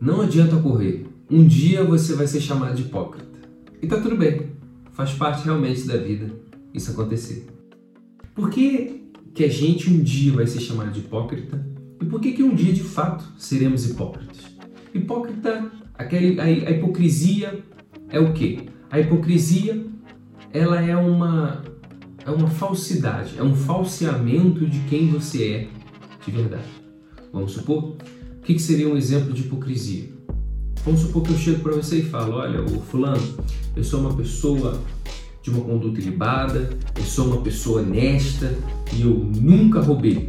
não adianta correr. Um dia você vai ser chamado de hipócrita. E tá tudo bem. Faz parte realmente da vida isso acontecer. Por que a gente um dia vai ser chamado de hipócrita? E por que um dia de fato seremos hipócritas? Hipócrita, a hipocrisia é o quê? A hipocrisia, ela é uma falsidade, é um falseamento de quem você é de verdade. Vamos supor, o que seria um exemplo de hipocrisia? Vamos supor que eu chego para você e falo, olha, ô fulano, eu sou uma pessoa de uma conduta ilibada, eu sou uma pessoa honesta e eu nunca roubei.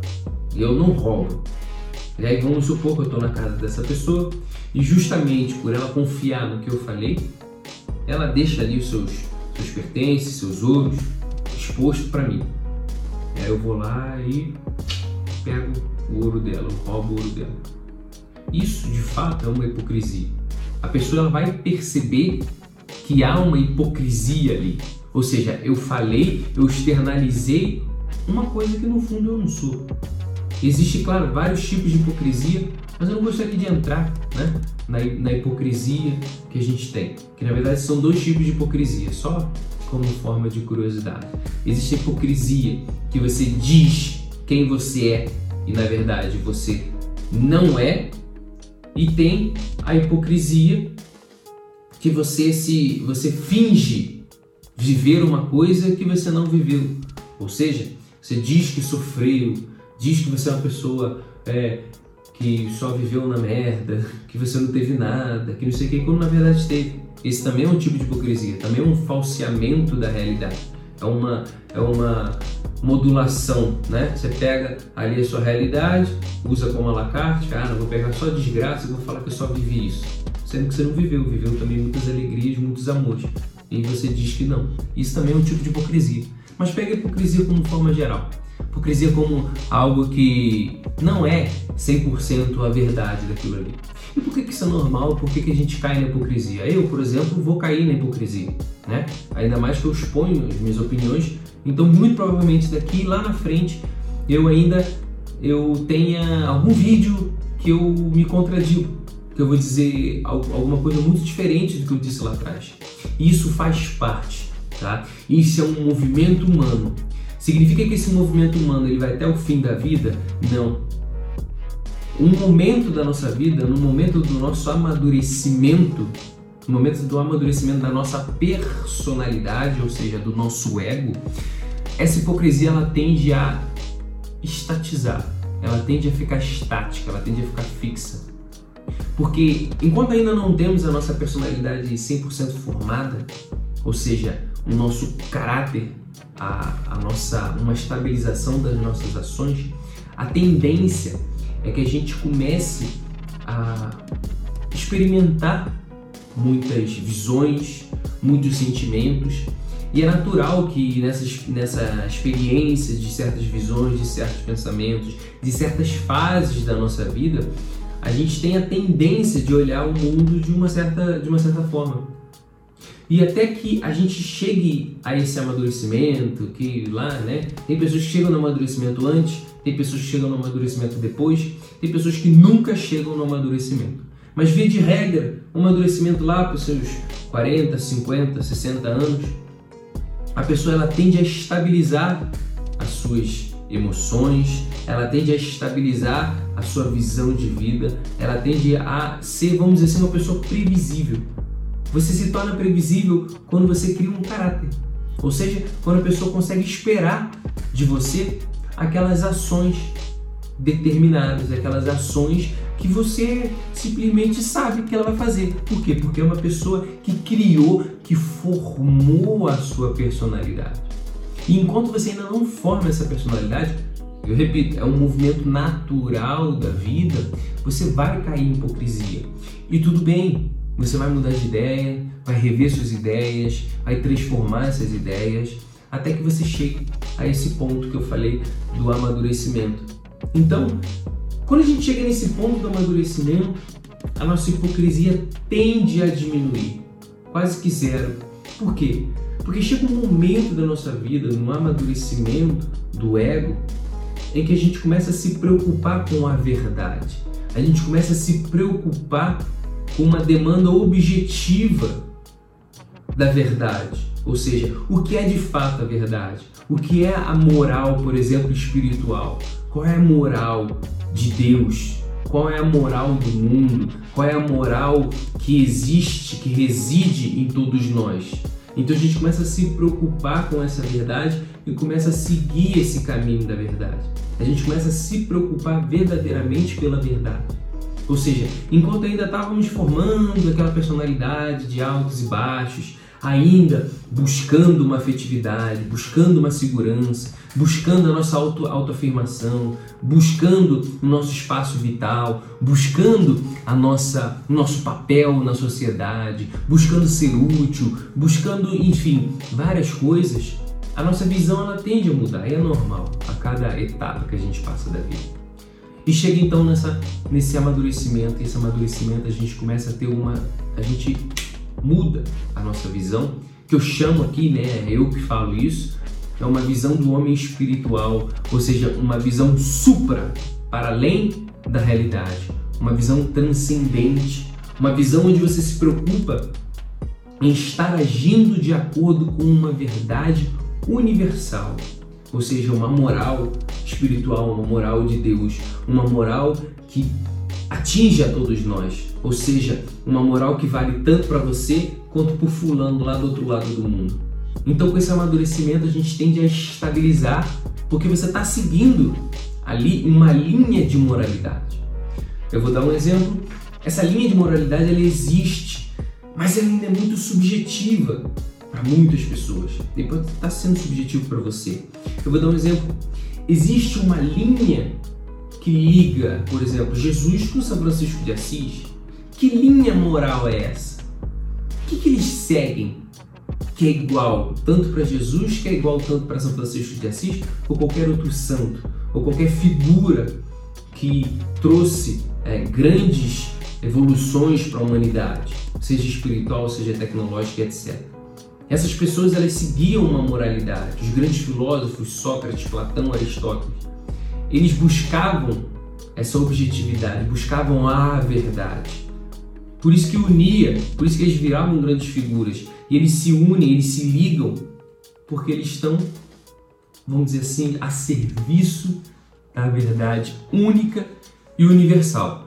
Eu não roubo. E aí vamos supor que eu estou na casa dessa pessoa e justamente por ela confiar no que eu falei, ela deixa ali os seus pertences, seus ouros exposto para mim. Aí eu vou lá e pego o ouro dela, eu roubo o ouro dela. Isso de fato é uma hipocrisia. A pessoa ela vai perceber que há uma hipocrisia ali. Ou seja, eu falei, eu externalizei uma coisa que no fundo eu não sou. Existe, claro, vários tipos de hipocrisia, mas eu não gostaria de entrar, né, na hipocrisia que a gente tem. Que na verdade são dois tipos de hipocrisia, só como forma de curiosidade. Existe a hipocrisia que você diz quem você é e na verdade você não é. E tem a hipocrisia que você finge viver uma coisa que você não viveu. Ou seja, você diz que sofreu, diz que você é uma pessoa que só viveu na merda, que você não teve nada, que não sei o que, quando na verdade teve. Esse também é um tipo de hipocrisia, também é um falseamento da realidade. É uma modulação, né? Você pega ali a sua realidade, usa como à la carte, não vou pegar só desgraça e vou falar que eu só vivi isso. Sendo que você não viveu também muitas alegrias, muitos amores. E você diz que não. Isso também é um tipo de hipocrisia. Mas pega a hipocrisia como forma geral. Hipocrisia como algo que não é 100% a verdade daquilo ali. E por que isso é normal? Por que a gente cai na hipocrisia? Eu, por exemplo, vou cair na hipocrisia, né? Ainda mais que eu exponho as minhas opiniões. Então, muito provavelmente daqui lá na frente, eu tenha algum vídeo que eu me contradigo, que eu vou dizer alguma coisa muito diferente do que eu disse lá atrás. E isso faz parte, tá? Isso é um movimento humano. Significa que esse movimento humano ele vai até o fim da vida? Não. Um momento da nossa vida, no momento do nosso amadurecimento, no momento do amadurecimento da nossa personalidade, ou seja, do nosso ego, essa hipocrisia ela tende a estatizar, ela tende a ficar estática, ela tende a ficar fixa. Porque enquanto ainda não temos a nossa personalidade 100% formada, ou seja, o nosso caráter, uma estabilização das nossas ações, a tendência é que a gente comece a experimentar muitas visões, muitos sentimentos, e é natural que nessa experiência de certas visões, de certos pensamentos, de certas fases da nossa vida, a gente tem a tendência de olhar o mundo de uma certa forma. E até que a gente chegue a esse amadurecimento, que lá, né, tem pessoas que chegam no amadurecimento antes, tem pessoas que chegam no amadurecimento depois, tem pessoas que nunca chegam no amadurecimento. Mas via de regra, o amadurecimento lá para os seus 40, 50, 60 anos, a pessoa ela tende a estabilizar as suas emoções, ela tende a estabilizar a sua visão de vida, ela tende a ser, vamos dizer assim, uma pessoa previsível. Você se torna previsível quando você cria um caráter, ou seja, quando a pessoa consegue esperar de você aquelas ações determinadas, aquelas ações que você simplesmente sabe que ela vai fazer. Por quê? Porque é uma pessoa que criou, que formou a sua personalidade. E enquanto você ainda não forma essa personalidade, eu repito, é um movimento natural da vida, você vai cair em hipocrisia. E tudo bem, você vai mudar de ideia, vai rever suas ideias, vai transformar essas ideias, até que você chegue a esse ponto que eu falei do amadurecimento. Então, quando a gente chega nesse ponto do amadurecimento, a nossa hipocrisia tende a diminuir, quase que zero. Por quê? Porque chega um momento da nossa vida, no amadurecimento do ego, em que a gente começa a se preocupar com a verdade. a gente começa a se preocupar com uma demanda objetiva da verdade. Ou seja, o que é de fato a verdade? O que é a moral, por exemplo, espiritual? Qual é a moral de Deus? Qual é a moral do mundo? Qual é a moral que existe, que reside em todos nós? Então a gente começa a se preocupar com essa verdade e começa a seguir esse caminho da verdade. A gente começa a se preocupar verdadeiramente pela verdade. Ou seja, enquanto ainda estávamos formando aquela personalidade de altos e baixos, ainda buscando uma afetividade, buscando uma segurança, buscando a nossa autoafirmação, buscando o nosso espaço vital, buscando o nosso papel na sociedade, buscando ser útil, buscando, enfim, várias coisas, a nossa visão ela tende a mudar, e é normal a cada etapa que a gente passa da vida. E chega então nesse amadurecimento, e esse amadurecimento a gente começa a ter a gente muda a nossa visão, que eu chamo aqui, né, é eu que falo isso, é uma visão do homem espiritual, ou seja, uma visão supra, para além da realidade, uma visão transcendente, uma visão onde você se preocupa em estar agindo de acordo com uma verdade universal, ou seja, uma moral espiritual, uma moral de Deus, uma moral que atinge a todos nós, ou seja, uma moral que vale tanto para você quanto para o fulano lá do outro lado do mundo. Então, com esse amadurecimento, a gente tende a estabilizar, porque você está seguindo ali uma linha de moralidade. Eu vou dar um exemplo. Essa linha de moralidade ela existe, mas ela ainda é muito subjetiva para muitas pessoas. E pode estar sendo subjetivo para você. Eu vou dar um exemplo. Existe uma linha que liga, por exemplo, Jesus com São Francisco de Assis. Que linha moral é essa? O que eles seguem que é igual tanto para Jesus, que é igual tanto para São Francisco de Assis, ou qualquer outro santo, ou qualquer figura que trouxe grandes evoluções para a humanidade, seja espiritual, seja tecnológica, etc. Essas pessoas elas seguiam uma moralidade. Os grandes filósofos, Sócrates, Platão, Aristóteles, eles buscavam essa objetividade, buscavam a verdade. Por isso que unia, por isso que eles viravam grandes figuras. E eles se unem, eles se ligam, porque eles estão, vamos dizer assim, a serviço da verdade única e universal.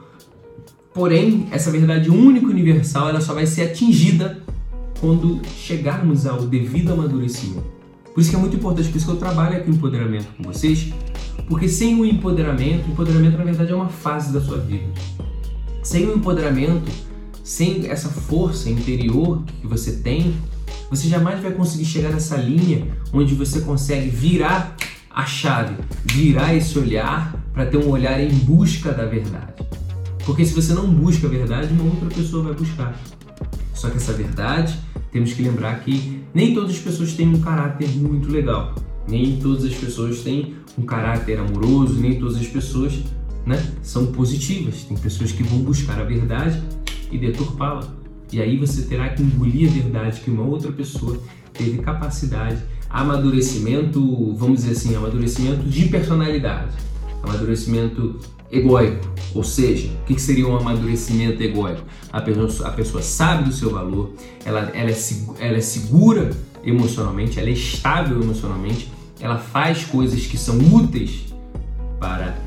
Porém, essa verdade única e universal ela só vai ser atingida quando chegarmos ao devido amadurecimento. Por isso que é muito importante, por isso que eu trabalho aqui o empoderamento com vocês, porque sem o empoderamento na verdade é uma fase da sua vida. Sem o empoderamento, sem essa força interior que você tem, você jamais vai conseguir chegar nessa linha onde você consegue virar a chave, virar esse olhar para ter um olhar em busca da verdade. Porque se você não busca a verdade, uma outra pessoa vai buscar. Só que essa verdade, temos que lembrar que nem todas as pessoas têm um caráter muito legal. Nem todas as pessoas têm um caráter amoroso, nem todas as pessoas, são positivas. Tem pessoas que vão buscar a verdade e deturpá-la. E aí você terá que engolir a verdade que uma outra pessoa teve capacidade, amadurecimento, vamos dizer assim, amadurecimento de personalidade, amadurecimento egóico. Ou seja, o que seria um amadurecimento egóico? A pessoa sabe do seu valor, ela é segura emocionalmente, ela é estável emocionalmente, ela faz coisas que são úteis para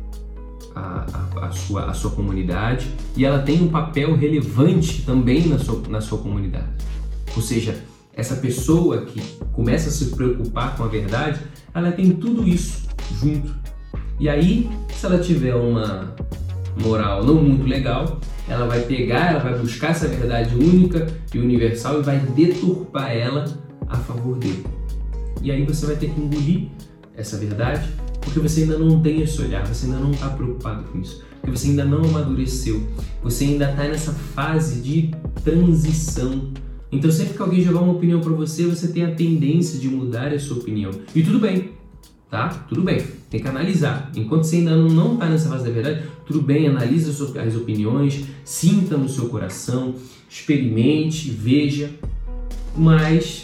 a sua comunidade e ela tem um papel relevante também na sua comunidade. Ou seja, essa pessoa que começa a se preocupar com a verdade, ela tem tudo isso junto. E aí, se ela tiver uma moral não muito legal, ela vai pegar, ela vai buscar essa verdade única e universal e vai deturpar ela a favor dele. E aí você vai ter que engolir essa verdade, porque você ainda não tem esse olhar, você ainda não está preocupado com isso, porque você ainda não amadureceu, você ainda está nessa fase de transição. Então sempre que alguém jogar uma opinião para você, você tem a tendência de mudar a sua opinião. E tudo bem, tá? Tudo bem, tem que analisar. Enquanto você ainda não está nessa fase da verdade, tudo bem, analise as opiniões, sinta no seu coração, experimente, veja, mas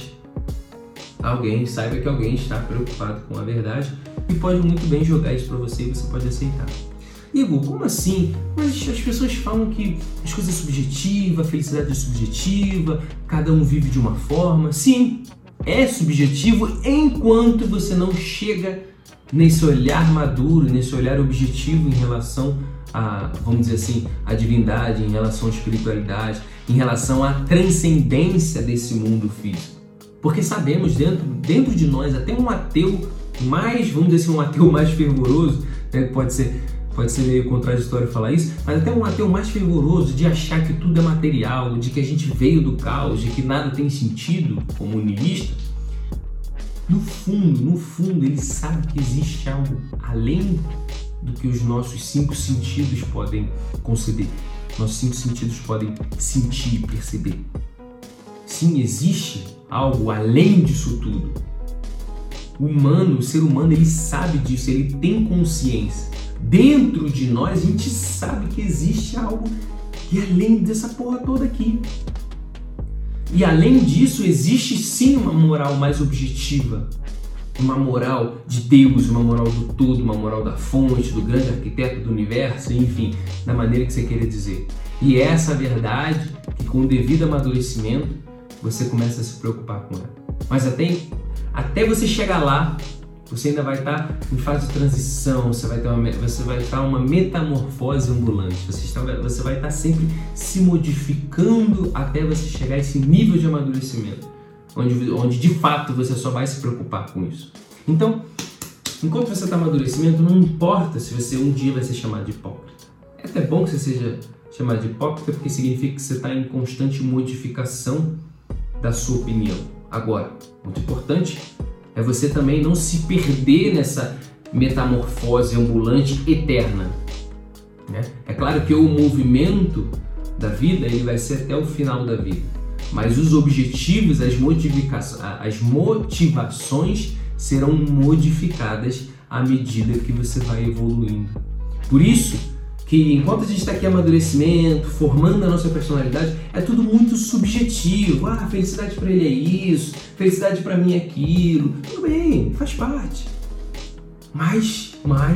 saiba que alguém está preocupado com a verdade e pode muito bem jogar isso para você e você pode aceitar. Igor, como assim? Mas as pessoas falam que as coisas são subjetivas, a felicidade é subjetiva, cada um vive de uma forma. Sim, é subjetivo enquanto você não chega nesse olhar maduro, nesse olhar objetivo em relação a, vamos dizer assim, a divindade, em relação à espiritualidade, em relação à transcendência desse mundo físico. Porque sabemos dentro de nós, até um ateu mais, vamos dizer assim, um ateu mais fervoroso, né, pode ser meio contraditório falar isso, mas até um ateu mais fervoroso de achar que tudo é material, de que a gente veio do caos, de que nada tem sentido, como niilista, no fundo, ele sabe que existe algo além do que os nossos 5 sentidos podem conceber. Nossos 5 sentidos podem sentir e perceber. Sim, existe algo além disso tudo. O ser humano, ele sabe disso, ele tem consciência. Dentro de nós, a gente sabe que existe algo que é além dessa porra toda aqui. E além disso, existe sim uma moral mais objetiva, uma moral de Deus, uma moral do todo, uma moral da fonte, do grande arquiteto do universo, enfim, da maneira que você queira dizer. E é essa verdade que, com o devido amadurecimento, você começa a se preocupar com ela. Mas até você chegar lá, você ainda vai estar em fase de transição, você vai estar uma metamorfose ambulante, você vai estar sempre se modificando até você chegar a esse nível de amadurecimento, onde de fato você só vai se preocupar com isso. Então, enquanto você está em amadurecimento, não importa se você um dia vai ser chamado de hipócrita. É até bom que você seja chamado de hipócrita, porque significa que você está em constante modificação da sua opinião. Agora, muito importante é você também não se perder nessa metamorfose ambulante eterna, né? É claro que o movimento da vida ele vai ser até o final da vida, mas os objetivos, as motivações serão modificadas à medida que você vai evoluindo. Por isso que enquanto a gente está aqui em amadurecimento, formando a nossa personalidade, é tudo muito subjetivo. Ah, felicidade para ele é isso, felicidade para mim é aquilo. Tudo bem, faz parte. Mas,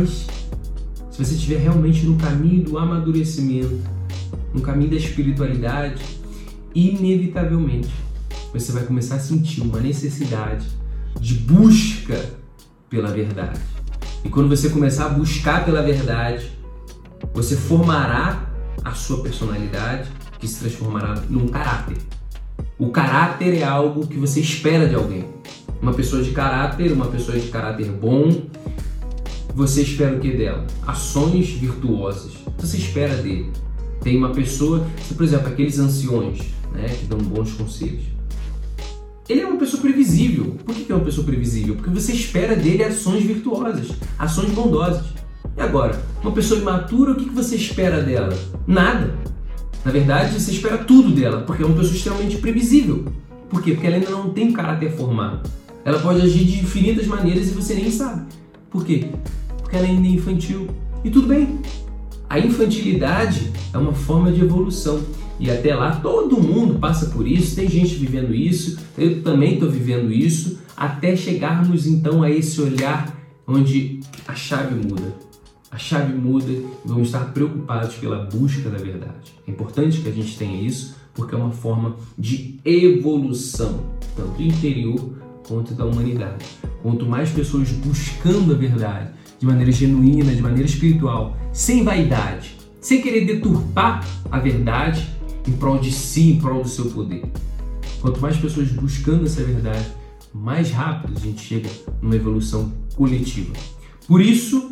se você estiver realmente no caminho do amadurecimento, no caminho da espiritualidade, inevitavelmente você vai começar a sentir uma necessidade de busca pela verdade. E quando você começar a buscar pela verdade, você formará a sua personalidade, que se transformará num caráter. O caráter é algo que você espera de alguém. Uma pessoa de caráter bom, você espera o que dela? Ações virtuosas. Você espera dele. Tem uma pessoa, por exemplo, aqueles anciões, né, que dão bons conselhos. Ele é uma pessoa previsível. Por que é uma pessoa previsível? Porque você espera dele ações virtuosas, ações bondosas. E agora, uma pessoa imatura, o que você espera dela? Nada. Na verdade, você espera tudo dela, porque é uma pessoa extremamente previsível. Por quê? Porque ela ainda não tem um caráter formado. Ela pode agir de infinitas maneiras e você nem sabe. Por quê? Porque ela ainda é infantil. E tudo bem. A infantilidade é uma forma de evolução. E até lá, todo mundo passa por isso, tem gente vivendo isso, eu também estou vivendo isso, até chegarmos então a esse olhar onde a chave muda. A chave muda e vamos estar preocupados pela busca da verdade. É importante que a gente tenha isso, porque é uma forma de evolução, tanto interior quanto da humanidade. Quanto mais pessoas buscando a verdade, de maneira genuína, de maneira espiritual, sem vaidade, sem querer deturpar a verdade em prol de si, em prol do seu poder. Quanto mais pessoas buscando essa verdade, mais rápido a gente chega numa evolução coletiva. Por isso,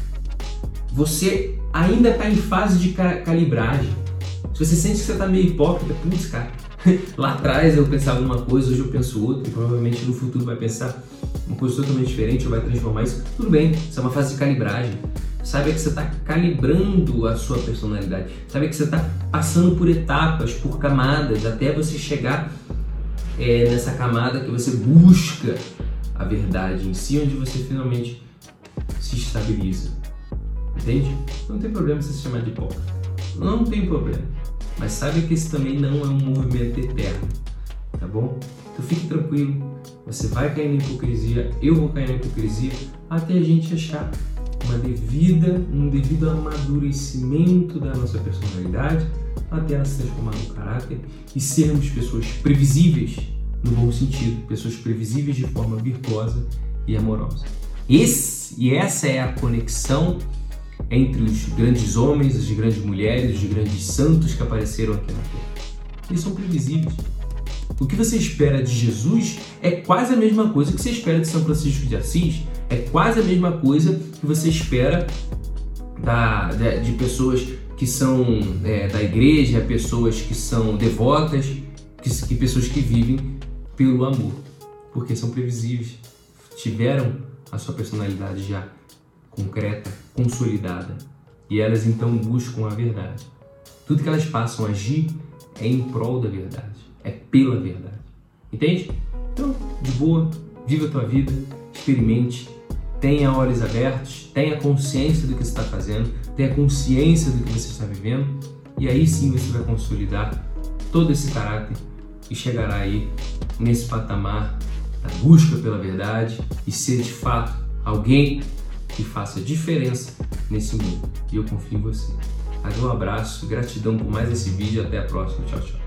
você ainda está em fase de calibragem. Se você sente que você está meio hipócrita, putz, cara, lá atrás eu pensava uma coisa, hoje eu penso outra, e provavelmente no futuro vai pensar uma coisa totalmente diferente ou vai transformar isso. Tudo bem, isso é uma fase de calibragem. Saiba que você está calibrando a sua personalidade. Saiba que você está passando por etapas, por camadas, até você chegar nessa camada que você busca a verdade em si, onde você finalmente se estabiliza. Entende? Não tem problema você se chamar de hipócrita. Não tem problema. Mas saiba que esse também não é um movimento eterno. Tá bom? Então fique tranquilo. Você vai cair na hipocrisia, eu vou cair na hipocrisia, até a gente achar um devido amadurecimento da nossa personalidade, até ela se transformar no caráter e sermos pessoas previsíveis, no bom sentido, pessoas previsíveis de forma virtuosa e amorosa. Essa é a conexão entre os grandes homens, as grandes mulheres, os grandes santos que apareceram aqui na Terra. Eles são previsíveis. O que você espera de Jesus é quase a mesma coisa que você espera de São Francisco de Assis, é quase a mesma coisa que você espera de pessoas que são da igreja, pessoas que são devotas, pessoas que vivem pelo amor, porque são previsíveis, tiveram a sua personalidade já concreta, consolidada, e elas então buscam a verdade. Tudo que elas passam a agir é em prol da verdade, é pela verdade. Entende? Então, de boa, viva a tua vida, experimente, tenha olhos abertos, tenha consciência do que você está fazendo, tenha consciência do que você está vivendo, e aí sim você vai consolidar todo esse caráter e chegará aí nesse patamar da busca pela verdade e ser de fato alguém que faça diferença nesse mundo. E eu confio em você. Um abraço, gratidão por mais esse vídeo, até a próxima. Tchau, tchau.